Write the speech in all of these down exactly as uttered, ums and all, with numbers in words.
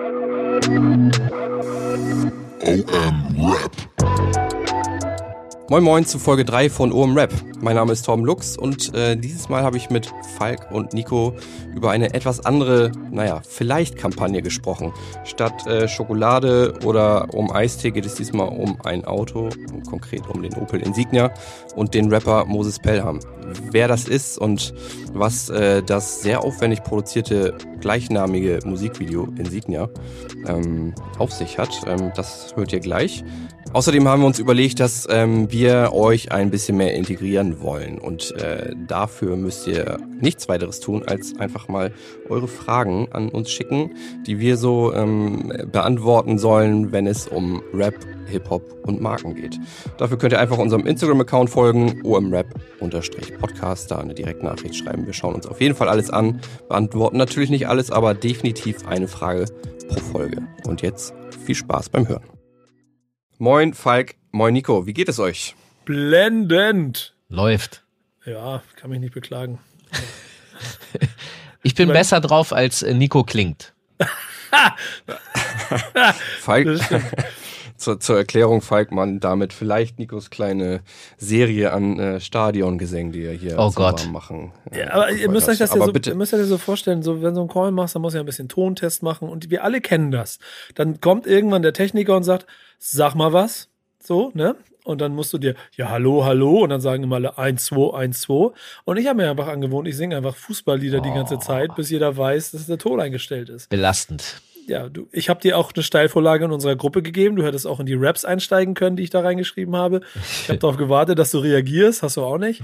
O M Rap. Moin Moin zu Folge drei von O M Rap. Mein Name ist Torben Lux und äh, dieses Mal habe ich mit Falk und Nico über eine etwas andere, naja, vielleicht Kampagne gesprochen. Statt äh, Schokolade oder um Eistee geht es diesmal um ein Auto, konkret um den Opel Insignia und den Rapper Moses Pelham. Wer das ist und was äh, das sehr aufwendig produzierte gleichnamige Musikvideo Insignia ähm, auf sich hat, ähm, das hört ihr gleich. Außerdem haben wir uns überlegt, dass ähm, wir euch ein bisschen mehr integrieren wollen und äh, dafür müsst ihr nichts weiteres tun, als einfach mal eure Fragen an uns schicken, die wir so ähm, beantworten sollen, wenn es um Rap, Hip-Hop und Marken geht. Dafür könnt ihr einfach unserem Instagram-Account folgen, omrap-podcast, da eine Direktnachricht schreiben. Wir schauen uns auf jeden Fall alles an, beantworten natürlich nicht alles, aber definitiv eine Frage pro Folge. Und jetzt viel Spaß beim Hören. Moin Falk, moin Nico, wie geht es euch? Blendend. Läuft. Ja, kann mich nicht beklagen. Ich bin besser drauf, als Nico klingt. Falk, zur, zur Erklärung, Falk, man damit vielleicht Nikos kleine Serie an äh, Stadiongesängen, die er hier oh Gott. Warm machen. Äh, ja, aber ihr müsst euch das ja so, bitte. ihr müsst euch das so vorstellen, so, wenn du so einen Call machst, dann musst du ja ein bisschen Tontest machen und wir alle kennen das. Dann kommt irgendwann der Techniker und sagt, sag mal was, so, ne? Und dann musst du dir, ja, hallo, hallo, und dann sagen immer alle eins, zwei, eins, zwei. Und ich habe mir einfach angewohnt, ich singe einfach Fußballlieder oh. die ganze Zeit, bis jeder weiß, dass der Ton eingestellt ist. Belastend. Ja, du, ich habe dir auch eine Steilvorlage in unserer Gruppe gegeben. Du hättest auch in die Raps einsteigen können, die ich da reingeschrieben habe. Ich habe darauf gewartet, dass du reagierst. Hast du auch nicht?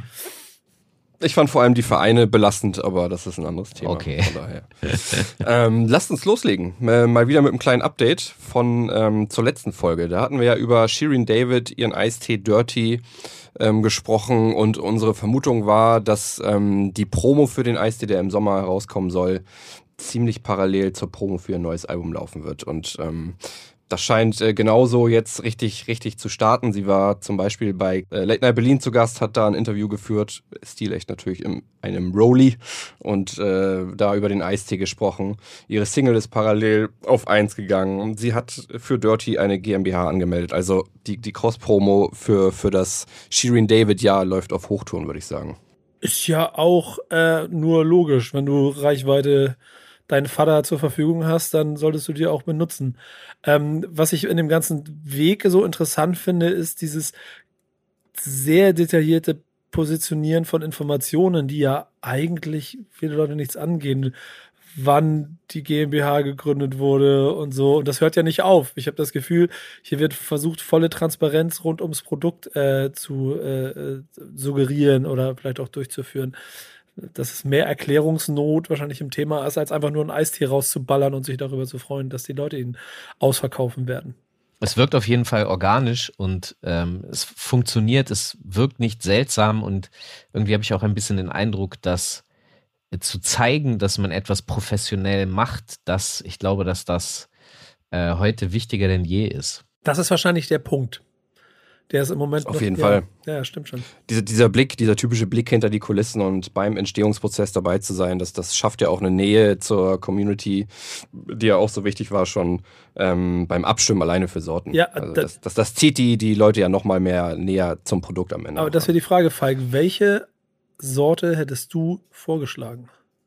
Ich fand vor allem die Vereine belastend, aber das ist ein anderes Thema. Okay. Von daher. ähm, lasst uns loslegen. Äh, mal wieder mit einem kleinen Update von ähm, zur letzten Folge. Da hatten wir ja über Shirin David, ihren Eistee Dirty ähm, gesprochen und unsere Vermutung war, dass ähm, die Promo für den Eistee, der im Sommer herauskommen soll, ziemlich parallel zur Promo für ihr neues Album laufen wird. Und ähm, das scheint äh, genauso jetzt richtig, richtig zu starten. Sie war zum Beispiel bei äh, Late Night Berlin zu Gast, hat da ein Interview geführt, stilecht natürlich in einem Rolli und äh, da über den Eistee gesprochen. Ihre Single ist parallel auf eins gegangen und sie hat für Dirty eine GmbH angemeldet. Also die, die Cross-Promo für, für das Shirin David-Jahr läuft auf Hochtouren, würde ich sagen. Ist ja auch äh, nur logisch, wenn du Reichweite deinen Vater zur Verfügung hast, dann solltest du die auch benutzen. Ähm, was ich in dem ganzen Weg so interessant finde, ist dieses sehr detaillierte Positionieren von Informationen, die ja eigentlich viele Leute nichts angehen, wann die GmbH gegründet wurde und so. Und das hört ja nicht auf. Ich habe das Gefühl, hier wird versucht, volle Transparenz rund ums Produkt äh, zu äh, suggerieren oder vielleicht auch durchzuführen. Dass es mehr Erklärungsnot wahrscheinlich im Thema ist, als einfach nur einen Eistee rauszuballern und sich darüber zu freuen, dass die Leute ihn ausverkaufen werden. Es wirkt auf jeden Fall organisch und ähm, es funktioniert, es wirkt nicht seltsam und irgendwie habe ich auch ein bisschen den Eindruck, dass äh, zu zeigen, dass man etwas professionell macht, dass ich glaube, dass das äh, heute wichtiger denn je ist. Das ist wahrscheinlich der Punkt. Der ist im Moment Auf noch, jeden ja, Fall. Ja, stimmt schon. Diese, dieser Blick, dieser typische Blick hinter die Kulissen und beim Entstehungsprozess dabei zu sein, das, das schafft ja auch eine Nähe zur Community, die ja auch so wichtig war schon ähm, beim Abstimmen alleine für Sorten. Ja, also das, das, das, das zieht die, die Leute ja nochmal mehr näher zum Produkt am Ende. Aber das wäre die Frage, Falk, welche Sorte hättest du vorgeschlagen?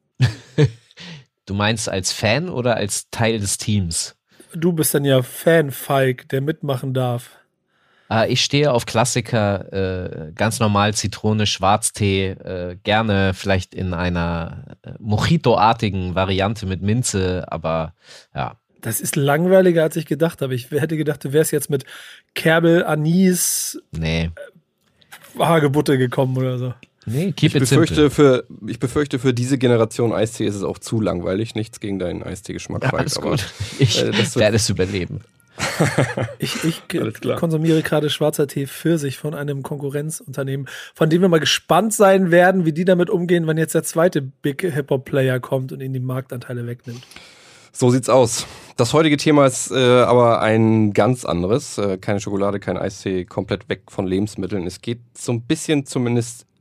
Du meinst als Fan oder als Teil des Teams? Du bist dann ja Fan, Falk, der mitmachen darf. Äh, ich stehe auf Klassiker, äh, ganz normal Zitrone, Schwarztee, äh, gerne vielleicht in einer äh, Mojito-artigen Variante mit Minze, aber ja. Das ist langweiliger, als ich gedacht habe. Ich hätte gedacht, du wärst jetzt mit Kerbel, Anis, nee. äh, Hagebutte gekommen oder so. Nee, keep ich it befürchte simple. für Ich befürchte, für diese Generation Eistee ist es auch zu langweilig. Nichts gegen deinen Eistee-Geschmack. Ja, Falk, alles aber, gut. Ich äh, das werde es überleben. Ich, ich konsumiere gerade schwarzer Tee Pfirsich von einem Konkurrenzunternehmen, von dem wir mal gespannt sein werden, wie die damit umgehen, wenn jetzt der zweite Big Hip-Hop-Player kommt und ihnen die Marktanteile wegnimmt. So sieht's aus. Das heutige Thema ist äh, aber ein ganz anderes. Äh, keine Schokolade, kein Eistee, komplett weg von Lebensmitteln. Es geht so ein bisschen zumindest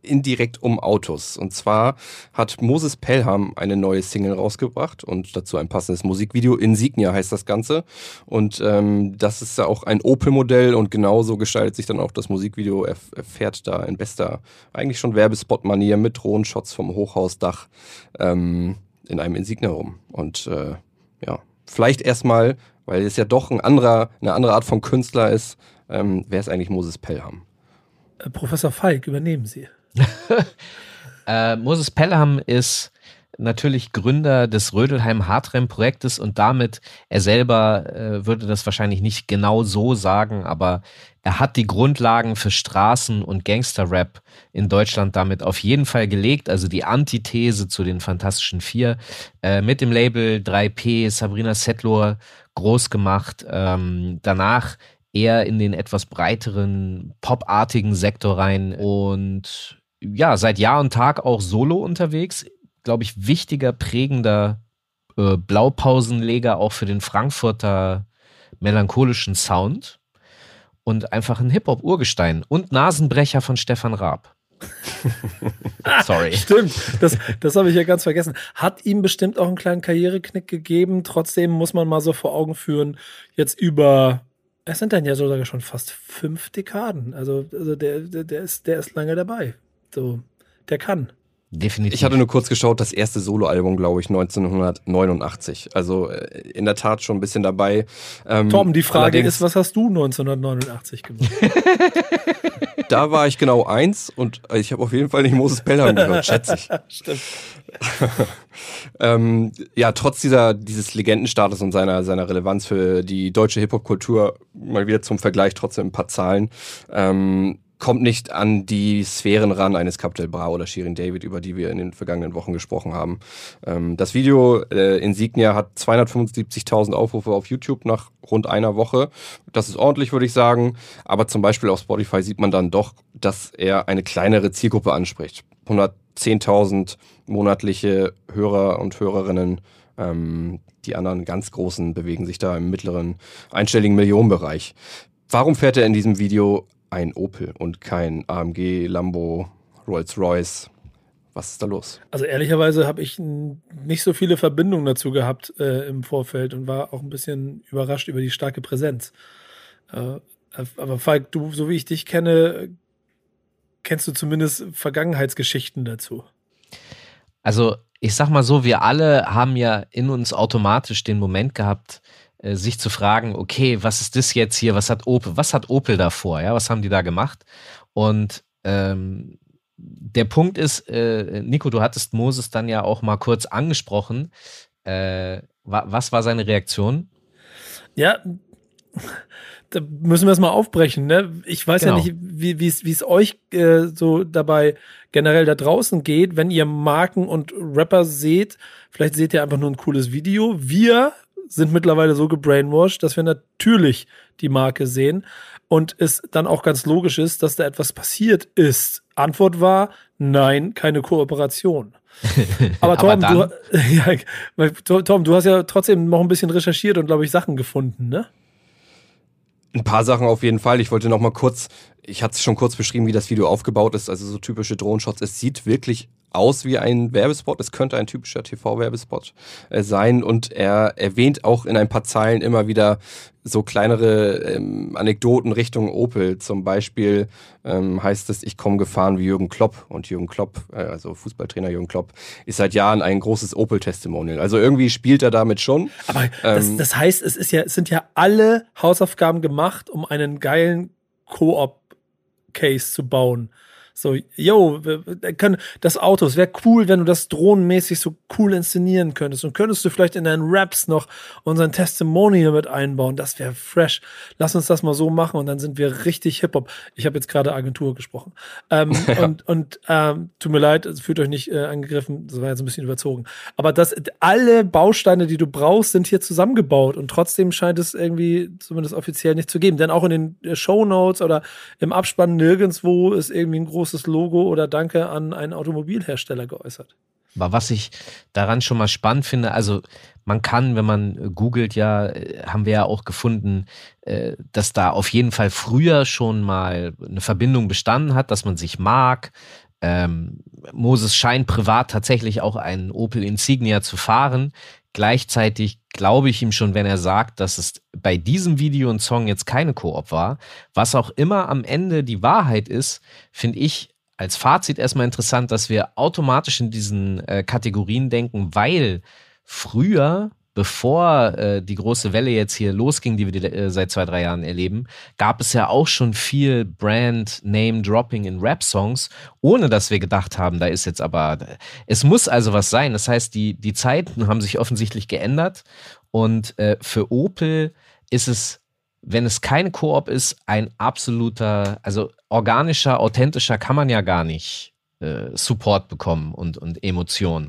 indirekt um Autos. Und zwar hat Moses Pelham eine neue Single rausgebracht und dazu ein passendes Musikvideo. Insignia heißt das Ganze. Und ähm, das ist ja auch ein Opel-Modell und genauso gestaltet sich dann auch das Musikvideo. Er, er fährt da in bester, eigentlich schon Werbespot-Manier mit Drohnenshots vom Hochhausdach ähm, in einem Insignia rum. Und äh, ja, vielleicht erstmal, weil es ja doch ein anderer, eine andere Art von Künstler ist, ähm, wer ist eigentlich Moses Pelham? Äh, Professor Falk, übernehmen Sie. äh, Moses Pelham ist natürlich Gründer des Rödelheim-Hartrem-Projektes und damit, er selber äh, würde das wahrscheinlich nicht genau so sagen, aber er hat die Grundlagen für Straßen- und Gangster-Rap in Deutschland damit auf jeden Fall gelegt, also die Antithese zu den Fantastischen Vier, äh, mit dem Label drei P, Sabrina Setlur groß gemacht, ähm, danach eher in den etwas breiteren, popartigen Sektor rein und ja, seit Jahr und Tag auch solo unterwegs. Glaube ich, wichtiger, prägender äh, Blaupausenleger auch für den Frankfurter melancholischen Sound und einfach ein Hip-Hop-Urgestein und Nasenbrecher von Stefan Raab. Sorry. Stimmt, das, das habe ich ja ganz vergessen. Hat ihm bestimmt auch einen kleinen Karriereknick gegeben. Trotzdem muss man mal so vor Augen führen, jetzt über, es sind dann ja sogar schon fast fünf Dekaden. Also, also der, der, der, ist, der ist lange dabei. So, der kann. Definitiv. Ich hatte nur kurz geschaut, das erste Soloalbum, glaube ich, neunzehnhundertneunundachtzig. Also äh, in der Tat schon ein bisschen dabei. Ähm, Tom, die Frage ist, was hast du neunzehnhundertneunundachtzig gemacht? Da war ich genau eins und ich habe auf jeden Fall nicht Moses Pelham gehört, schätze ich. Stimmt. ähm, ja, trotz dieser, dieses Legendenstatus und seiner, seiner Relevanz für die deutsche Hip-Hop-Kultur, mal wieder zum Vergleich trotzdem ein paar Zahlen, ähm, kommt nicht an die Sphären ran eines Capital Bra oder Shirin David, über die wir in den vergangenen Wochen gesprochen haben. Ähm, das Video äh, Insignia hat zweihundertfünfundsiebzigtausend Aufrufe auf YouTube nach rund einer Woche. Das ist ordentlich, würde ich sagen. Aber zum Beispiel auf Spotify sieht man dann doch, dass er eine kleinere Zielgruppe anspricht. hundertzehntausend monatliche Hörer und Hörerinnen. Ähm, die anderen ganz großen bewegen sich da im mittleren einstelligen Millionenbereich. Warum fährt er in diesem Video ein Opel und kein A M G, Lambo, Rolls-Royce? Was ist da los? Also ehrlicherweise habe ich n- nicht so viele Verbindungen dazu gehabt äh, im Vorfeld und war auch ein bisschen überrascht über die starke Präsenz. Äh, aber Falk, du, so wie ich dich kenne, kennst du zumindest Vergangenheitsgeschichten dazu. Also ich sag mal so, wir alle haben ja in uns automatisch den Moment gehabt, äh, sich zu fragen, okay, was ist das jetzt hier, was hat Opel, was hat Opel da vor, ja, was haben die da gemacht? Und ähm, der Punkt ist, äh, Nico, du hattest Moses dann ja auch mal kurz angesprochen. Äh, wa- was war seine Reaktion? Ja, da müssen wir es mal aufbrechen. Ne? Ich weiß Genau. ja nicht, wie wie es wie es euch äh, so dabei generell da draußen geht, wenn ihr Marken und Rapper seht. Vielleicht seht ihr einfach nur ein cooles Video. Wir sind mittlerweile so gebrainwashed, dass wir natürlich die Marke sehen und es dann auch ganz logisch ist, dass da etwas passiert ist. Antwort war, nein, keine Kooperation. Aber Tom, Aber du, ja, weil, Tom, du hast ja trotzdem noch ein bisschen recherchiert und, glaube ich, Sachen gefunden, ne? Ein paar Sachen auf jeden Fall. Ich wollte noch mal kurz, ich hatte es schon kurz beschrieben, wie das Video aufgebaut ist, also so typische Drohnenshots. Es sieht wirklich aus wie ein Werbespot. Es könnte ein typischer T V-Werbespot äh, sein und er erwähnt auch in ein paar Zeilen immer wieder so kleinere ähm, Anekdoten Richtung Opel. Zum Beispiel ähm, heißt es, ich komme gefahren wie Jürgen Klopp und Jürgen Klopp, äh, also Fußballtrainer Jürgen Klopp, ist seit Jahren ein großes Opel-Testimonial. Also irgendwie spielt er damit schon. Aber das, Ähm, das heißt, es ist ja, es sind ja alle Hausaufgaben gemacht, um einen geilen Koop-Case zu bauen. So, yo, wir- wir können, das Auto, es wäre cool, wenn du das drohnenmäßig so cool inszenieren könntest. Und könntest du vielleicht in deinen Raps noch unseren Testimonial mit einbauen. Das wäre fresh. Lass uns das mal so machen und dann sind wir richtig Hip-Hop. Ich habe jetzt gerade Agentur gesprochen. Ähm, und und ähm, tut mir leid, es fühlt euch nicht äh, angegriffen, das war jetzt ein bisschen überzogen. Aber das, alle Bausteine, die du brauchst, sind hier zusammengebaut und trotzdem scheint es irgendwie zumindest offiziell nicht zu geben. Denn auch in den äh, Shownotes oder im Abspann nirgendwo ist irgendwie ein großes Logo oder Danke an einen Automobilhersteller geäußert. Aber was ich daran schon mal spannend finde, also man kann, wenn man äh, googelt, ja, äh, haben wir ja auch gefunden, äh, dass da auf jeden Fall früher schon mal eine Verbindung bestanden hat, dass man sich mag. ähm, Moses scheint privat tatsächlich auch einen Opel Insignia zu fahren. Gleichzeitig glaube ich ihm schon, wenn er sagt, dass es bei diesem Video und Song jetzt keine Koop war. Was auch immer am Ende die Wahrheit ist, finde ich als Fazit erstmal interessant, dass wir automatisch in diesen äh, Kategorien denken, weil früher, bevor äh, die große Welle jetzt hier losging, die wir die, äh, seit zwei, drei Jahren erleben, gab es ja auch schon viel Brand-Name-Dropping in Rap-Songs, ohne dass wir gedacht haben, da ist jetzt aber, es muss also was sein. Das heißt, die, die Zeiten haben sich offensichtlich geändert und äh, für Opel ist es, wenn es keine Koop ist, ein absoluter, also organischer, authentischer kann man ja gar nicht äh, Support bekommen und, und Emotionen.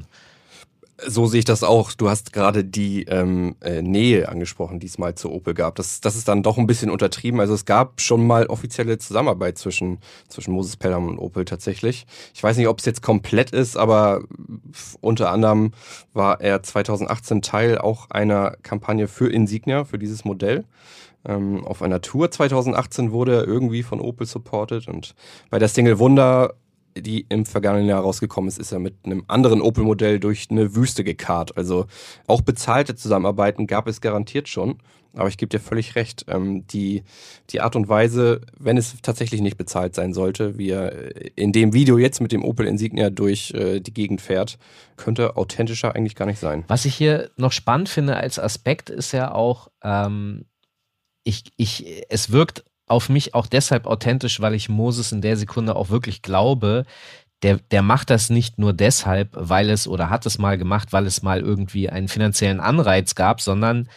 So sehe ich das auch. Du hast gerade die ähm, äh, Nähe angesprochen, die es mal zu Opel gab. Das, das ist dann doch ein bisschen untertrieben. Also es gab schon mal offizielle Zusammenarbeit zwischen, zwischen Moses Pelham und Opel tatsächlich. Ich weiß nicht, ob es jetzt komplett ist, aber unter anderem war er zweitausendachtzehn Teil auch einer Kampagne für Insignia, für dieses Modell. Ähm, auf einer Tour zweitausendachtzehn wurde er irgendwie von Opel supported und bei der Single Wunder, die im vergangenen Jahr rausgekommen ist, ist er mit einem anderen Opel-Modell durch eine Wüste gekarrt. Also auch bezahlte Zusammenarbeiten gab es garantiert schon. Aber ich gebe dir völlig recht, ähm, die, die Art und Weise, wenn es tatsächlich nicht bezahlt sein sollte, wie er in dem Video jetzt mit dem Opel Insignia durch äh, die Gegend fährt, könnte authentischer eigentlich gar nicht sein. Was ich hier noch spannend finde als Aspekt ist ja auch, ähm, ich, ich, es wirkt auf mich auch deshalb authentisch, weil ich Moses in der Sekunde auch wirklich glaube, der, der macht das nicht nur deshalb, weil es oder hat es mal gemacht, weil es mal irgendwie einen finanziellen Anreiz gab, sondern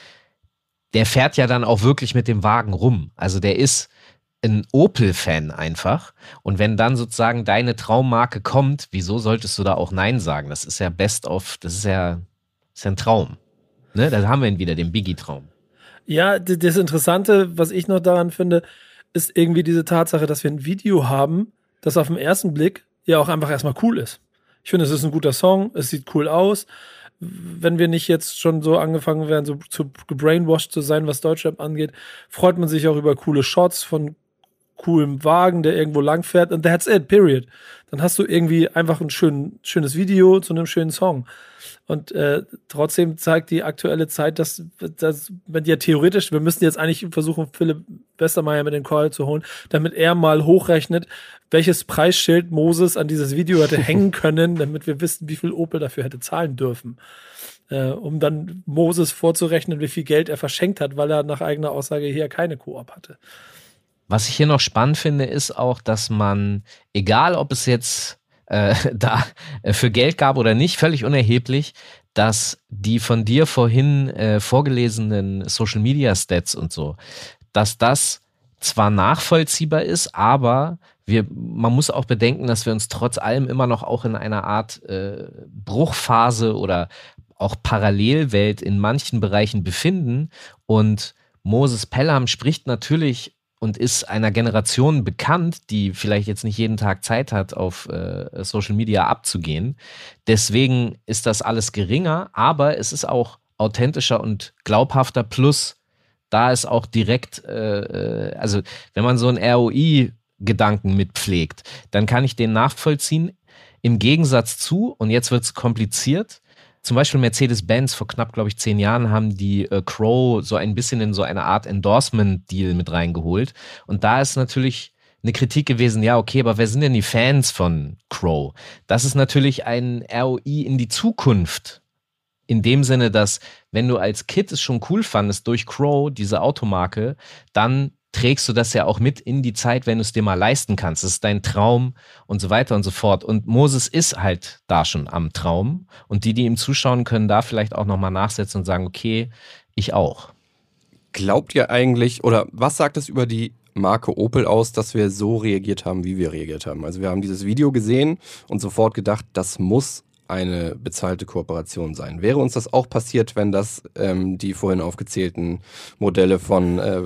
der fährt ja dann auch wirklich mit dem Wagen rum. Also der ist ein Opel-Fan einfach. Und wenn dann sozusagen deine Traummarke kommt, wieso solltest du da auch Nein sagen? Das ist ja best of, das ist ja, das ist ja ein Traum. Ne? Da haben wir ihn wieder, den Biggie-Traum. Ja, das Interessante, was ich noch daran finde, ist irgendwie diese Tatsache, dass wir ein Video haben, das auf den ersten Blick ja auch einfach erstmal cool ist. Ich finde, es ist ein guter Song, es sieht cool aus. Wenn wir nicht jetzt schon so angefangen wären, so zu gebrainwashed zu sein, was Deutschrap angeht, freut man sich auch über coole Shots von coolem Wagen, der irgendwo lang fährt und that's it, period. Dann hast du irgendwie einfach ein schön, schönes Video zu einem schönen Song. Und äh, trotzdem zeigt die aktuelle Zeit, dass, dass wenn ja theoretisch, wir müssen jetzt eigentlich versuchen, Philipp Westermeier mit den Call zu holen, damit er mal hochrechnet, welches Preisschild Moses an dieses Video hätte hängen können, damit wir wissen, wie viel Opel dafür hätte zahlen dürfen. Äh, um dann Moses vorzurechnen, wie viel Geld er verschenkt hat, weil er nach eigener Aussage hier keine Koop hatte. Was ich hier noch spannend finde, ist auch, dass man, egal ob es jetzt äh, da äh, für Geld gab oder nicht, völlig unerheblich, dass die von dir vorhin äh, vorgelesenen Social Media Stats und so, dass das zwar nachvollziehbar ist, aber wir, man muss auch bedenken, dass wir uns trotz allem immer noch auch in einer Art äh, Bruchphase oder auch Parallelwelt in manchen Bereichen befinden und Moses Pelham spricht natürlich und ist einer Generation bekannt, die vielleicht jetzt nicht jeden Tag Zeit hat, auf äh, Social Media abzugehen. Deswegen ist das alles geringer, aber es ist auch authentischer und glaubhafter. Plus, da ist auch direkt, äh, also wenn man so einen R O I-Gedanken mitpflegt, dann kann ich den nachvollziehen. Im Gegensatz zu, und jetzt wird es kompliziert, zum Beispiel Mercedes-Benz vor knapp, glaube ich, zehn Jahren haben die äh, Crow so ein bisschen in so eine Art Endorsement-Deal mit reingeholt. Und da ist natürlich eine Kritik gewesen, ja, okay, aber wer sind denn die Fans von Crow? Das ist natürlich ein R O I in die Zukunft. In dem Sinne, dass wenn du als Kid es schon cool fandest durch Crow, diese Automarke, dann trägst du das ja auch mit in die Zeit, wenn du es dir mal leisten kannst. Das ist dein Traum und so weiter und so fort. Und Moses ist halt da schon am Traum. Und die, die ihm zuschauen, können da vielleicht auch nochmal nachsetzen und sagen, okay, ich auch. Glaubt ihr eigentlich, oder was sagt es über die Marke Opel aus, dass wir so reagiert haben, wie wir reagiert haben? Also wir haben dieses Video gesehen und sofort gedacht, das muss eine bezahlte Kooperation sein. Wäre uns das auch passiert, wenn das ähm, die vorhin aufgezählten Modelle von äh,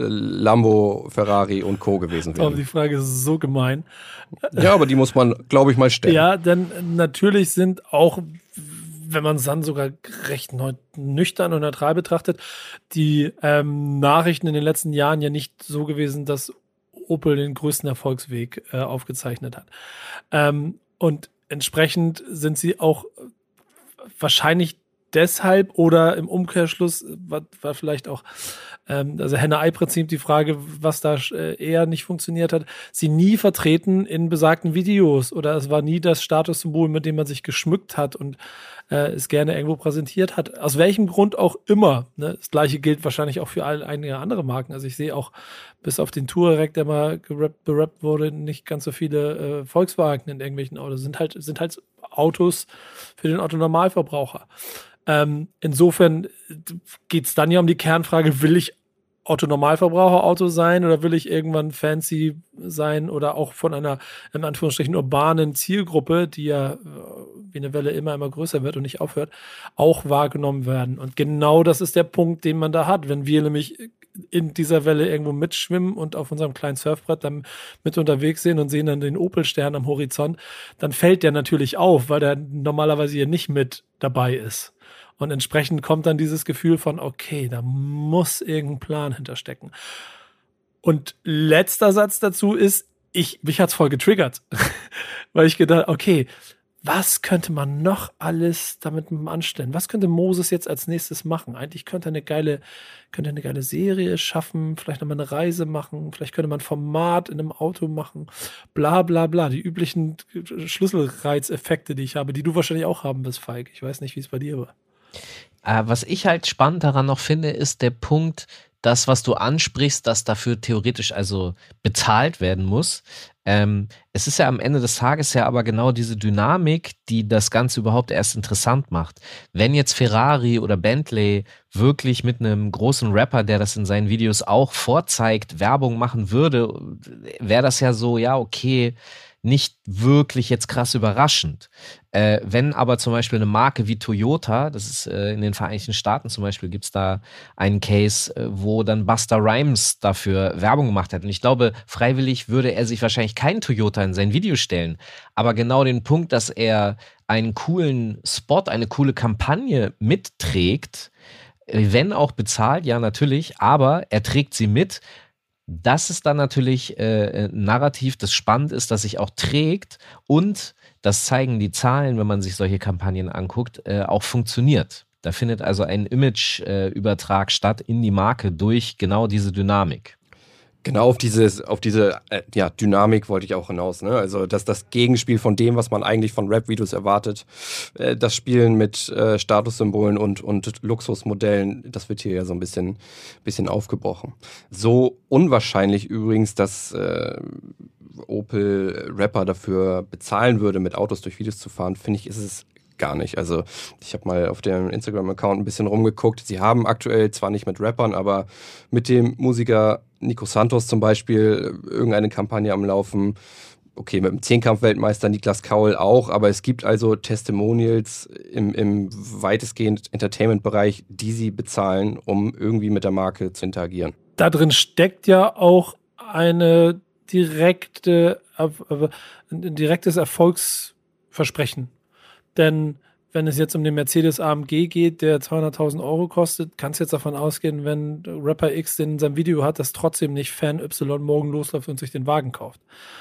Lambo, Ferrari und Co. gewesen wären? Aber die Frage ist so gemein. Ja, aber die muss man, glaube ich, mal stellen. Ja, denn natürlich sind auch, wenn man es dann sogar recht nüchtern und neutral betrachtet, die ähm, Nachrichten in den letzten Jahren ja nicht so gewesen, dass Opel den größten Erfolgsweg äh, aufgezeichnet hat. Ähm, Und entsprechend sind sie auch wahrscheinlich deshalb oder im Umkehrschluss war, war vielleicht auch ähm, also Henne-Ei-Prinzip die Frage, was da äh, eher nicht funktioniert hat, sie nie vertreten in besagten Videos oder es war nie das Statussymbol, mit dem man sich geschmückt hat und äh, es gerne irgendwo präsentiert hat. Aus welchem Grund auch immer. Ne? Das Gleiche gilt wahrscheinlich auch für all, einige andere Marken. Also ich sehe auch bis auf den Touareg, der mal gerappt, berappt wurde, nicht ganz so viele äh, Volkswagen in irgendwelchen Autos. Sind halt, sind halt Autos für den Autonormalverbraucher. Ähm, insofern geht es dann ja um die Kernfrage, will ich Autonormalverbraucher-Auto sein oder will ich irgendwann fancy sein oder auch von einer, in Anführungsstrichen, urbanen Zielgruppe, die ja äh, wie eine Welle immer, immer größer wird und nicht aufhört, auch wahrgenommen werden. Und genau das ist der Punkt, den man da hat. Wenn wir nämlich in dieser Welle irgendwo mitschwimmen und auf unserem kleinen Surfbrett dann mit unterwegs sind und sehen dann den Opel-Stern am Horizont, dann fällt der natürlich auf, weil der normalerweise hier nicht mit dabei ist. Und entsprechend kommt dann dieses Gefühl von, okay, da muss irgendein Plan hinterstecken. Und letzter Satz dazu ist, ich, mich hat's voll getriggert. Weil ich gedacht, okay, was könnte man noch alles damit anstellen? Was könnte Moses jetzt als nächstes machen? Eigentlich könnte er eine geile, könnte er eine geile Serie schaffen, vielleicht nochmal eine Reise machen, vielleicht könnte man ein Format in einem Auto machen, bla bla bla. Die üblichen Schlüsselreizeffekte, die ich habe, die du wahrscheinlich auch haben wirst, Falk. Ich weiß nicht, wie es bei dir war. Was ich halt spannend daran noch finde, ist der Punkt, das, was du ansprichst, dass dafür theoretisch also bezahlt werden muss. Ähm, es ist ja am Ende des Tages ja aber genau diese Dynamik, die das Ganze überhaupt erst interessant macht. Wenn jetzt Ferrari oder Bentley wirklich mit einem großen Rapper, der das in seinen Videos auch vorzeigt, Werbung machen würde, wäre das ja so, ja okay, nicht wirklich jetzt krass überraschend. Äh, wenn aber zum Beispiel eine Marke wie Toyota, das ist äh, in den Vereinigten Staaten zum Beispiel, gibt es da einen Case, äh, wo dann Busta Rhymes dafür Werbung gemacht hat. Und ich glaube, freiwillig würde er sich wahrscheinlich keinen Toyota in sein Video stellen. Aber genau den Punkt, dass er einen coolen Spot, eine coole Kampagne mitträgt, wenn auch bezahlt, ja natürlich, aber er trägt sie mit. Das ist dann natürlich äh, ein Narrativ, das spannend ist, das sich auch trägt und das zeigen die Zahlen, wenn man sich solche Kampagnen anguckt, äh, auch funktioniert. Da findet also ein Image-Übertrag äh, statt in die Marke durch genau diese Dynamik. Genau auf dieses, auf diese äh, ja, Dynamik wollte ich auch hinaus. Ne? Also das, das Gegenspiel von dem, was man eigentlich von Rap-Videos erwartet. Äh, das Spielen mit äh, Statussymbolen und, und Luxusmodellen, das wird hier ja so ein bisschen, bisschen aufgebrochen. So unwahrscheinlich übrigens, dass äh, Opel Rapper dafür bezahlen würde, mit Autos durch Videos zu fahren, finde ich, ist es gar nicht. Also ich habe mal auf dem Instagram-Account ein bisschen rumgeguckt. Sie haben aktuell zwar nicht mit Rappern, aber mit dem Musiker Nico Santos zum Beispiel irgendeine Kampagne am Laufen. Okay, mit dem Zehnkampf-Weltmeister Niklas Kaul auch, aber es gibt also Testimonials im, im weitestgehend Entertainment-Bereich, die sie bezahlen, um irgendwie mit der Marke zu interagieren. Da drin steckt ja auch eine direkte, ein direktes Erfolgsversprechen. Denn wenn es jetzt um den Mercedes A M G geht, der zweihunderttausend Euro kostet, kannst du jetzt davon ausgehen, wenn Rapper X den in seinem Video hat, dass trotzdem nicht Fan Y morgen losläuft und sich den Wagen kauft.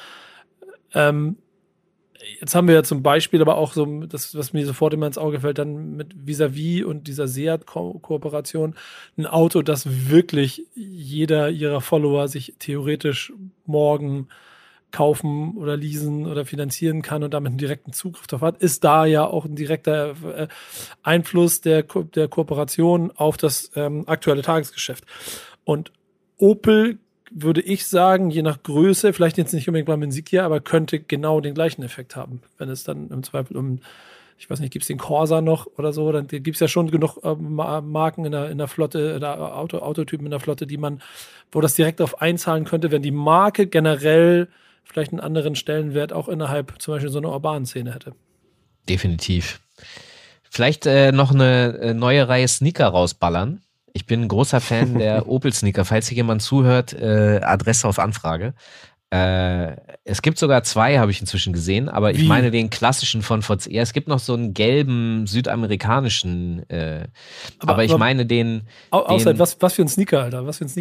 Ähm, jetzt haben wir ja zum Beispiel aber auch so, das, was mir sofort immer ins Auge fällt, dann mit Vis-a-vis und dieser Seat-Kooperation, ein Auto, das wirklich jeder ihrer Follower sich theoretisch morgen kaufen oder leasen oder finanzieren kann und damit einen direkten Zugriff darauf hat, ist da ja auch ein direkter äh, Einfluss der, Ko- der Kooperation auf das ähm, aktuelle Tagesgeschäft. Und Opel, würde ich sagen, je nach Größe, vielleicht jetzt nicht unbedingt beim Insignia, aber könnte genau den gleichen Effekt haben. Wenn es dann im Zweifel um, ich weiß nicht, gibt es den Corsa noch oder so, dann gibt es ja schon genug äh, Marken in der, in der Flotte, oder Auto, Autotypen in der Flotte, die man, wo das direkt auf einzahlen könnte, wenn die Marke generell vielleicht einen anderen Stellenwert auch innerhalb zum Beispiel so einer urbanen Szene hätte. Definitiv. Vielleicht äh, noch eine äh, neue Reihe Sneaker rausballern. Ich bin ein großer Fan der Opel-Sneaker. Falls hier jemand zuhört, äh, Adresse auf Anfrage. Äh, es gibt sogar zwei, habe ich inzwischen gesehen, aber ich Wie? meine den klassischen von V C R. Es gibt noch so einen gelben südamerikanischen, äh, aber, aber ich aber meine den... Außer, was, was für ein Sneaker, Alter, was für ein Sneaker?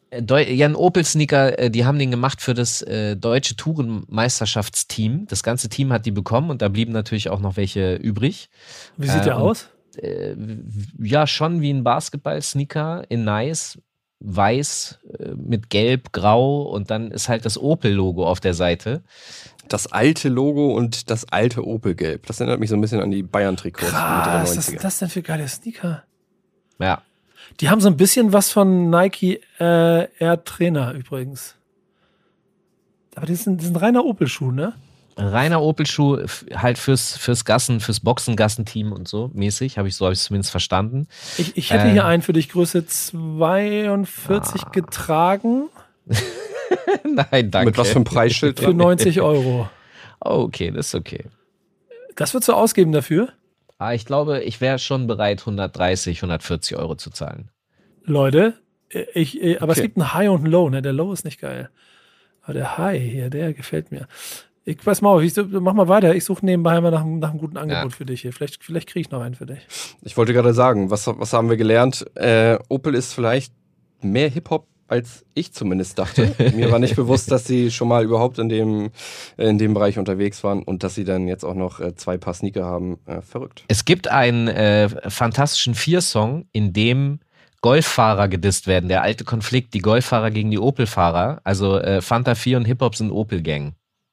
Ja, ein Opel-Sneaker, die haben den gemacht für das äh, deutsche Tourenmeisterschaftsteam. Das ganze Team hat die bekommen und da blieben natürlich auch noch welche übrig. Wie sieht äh, der aus? Äh, ja, schon wie ein Basketball-Sneaker in nice, weiß, äh, mit gelb, grau und dann ist halt das Opel-Logo auf der Seite. Das alte Logo und das alte Opel-Gelb. Das erinnert mich so ein bisschen an die Bayern-Trikots. Was ist das denn für geile Sneaker? Ja. Die haben so ein bisschen was von Nike äh, Air Trainer übrigens. Aber die sind, die sind reiner Opel-Schuh, ne? Reiner Opel-Schuh, halt fürs, fürs Gassen, fürs Boxen-Gassenteam und so mäßig, habe ich so habe ich zumindest verstanden. Ich, ich hätte ähm, hier einen für dich, Größe zweiundvierzig ah. getragen. Nein, danke. Mit was für einem Preisschild? Für neunzig Euro. Oh, okay, das ist okay. Das würdest du ausgeben dafür? Ah, ich glaube, ich wäre schon bereit, hundertdreißig, hundertvierzig Euro zu zahlen. Leute, ich, ich, aber okay. Es gibt einen High und einen Low, ne? Der Low ist nicht geil. Aber der High hier, der gefällt mir. Ich weiß mal, ich mach mal weiter. Ich suche nebenbei mal nach, nach einem guten Angebot ja. für dich hier. Vielleicht, vielleicht kriege ich noch einen für dich. Ich wollte gerade sagen, was, was haben wir gelernt? Äh, Opel ist vielleicht mehr Hip-Hop, als ich zumindest dachte. Mir war nicht bewusst, dass sie schon mal überhaupt in dem, in dem Bereich unterwegs waren und dass sie dann jetzt auch noch äh, zwei Paar Sneaker haben. Äh, verrückt. Es gibt einen äh, fantastischen Vier-Song, in dem Golffahrer gedisst werden. Der alte Konflikt, die Golffahrer gegen die Opel-Fahrer. Also äh, Fanta vier und Hip-Hop sind Opel-Gang.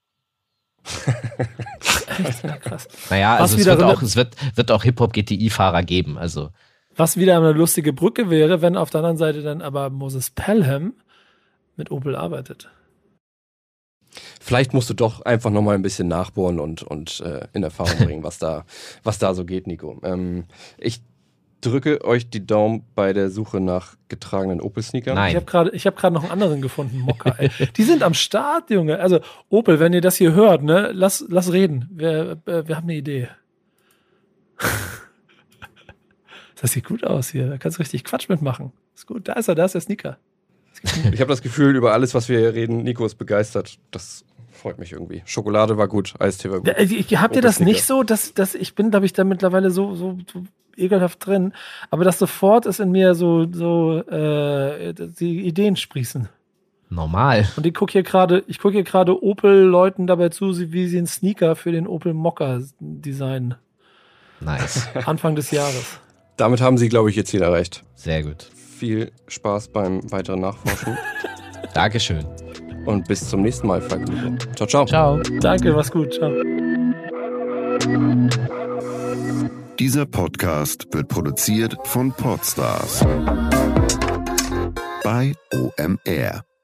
Echt? Ja, krass. Naja, also es, wird auch, es wird, wird auch Hip-Hop-G T I-Fahrer geben. Also was wieder eine lustige Brücke wäre, wenn auf der anderen Seite dann aber Moses Pelham mit Opel arbeitet. Vielleicht musst du doch einfach nochmal ein bisschen nachbohren und, und äh, in Erfahrung bringen, was da, was da so geht, Nico. Ähm, ich drücke euch die Daumen bei der Suche nach getragenen Opel-Sneakern. Nein. Ich habe gerade hab noch einen anderen gefunden, Mokka. Die sind am Start, Junge. Also Opel, wenn ihr das hier hört, ne, lass, lass reden. Wir, äh, wir haben eine Idee. Das sieht gut aus hier. Da kannst du richtig Quatsch mitmachen. Ist gut. Da ist er, da ist der Sneaker. Ich habe das Gefühl, über alles, was wir hier reden, Nico ist begeistert. Das freut mich irgendwie. Schokolade war gut, Eistee war gut. Ja, habt ihr das nicht so, dass, dass ich bin, glaube ich, da mittlerweile so, so, so ekelhaft drin, aber dass sofort ist in mir so, so äh, die Ideen sprießen. Normal. Und ich gucke hier gerade, ich gucke hier gerade Opel-Leuten dabei zu, wie sie einen Sneaker für den Opel Mokka designen. Nice. Anfang des Jahres. Damit haben sie, glaube ich, ihr Ziel erreicht. Sehr gut. Viel Spaß beim weiteren Nachforschen. Dankeschön. Und bis zum nächsten Mal, Falk. Ciao, ciao. Ciao. Danke, mach's gut. Ciao. Dieser Podcast wird produziert von Podstars bei O M R.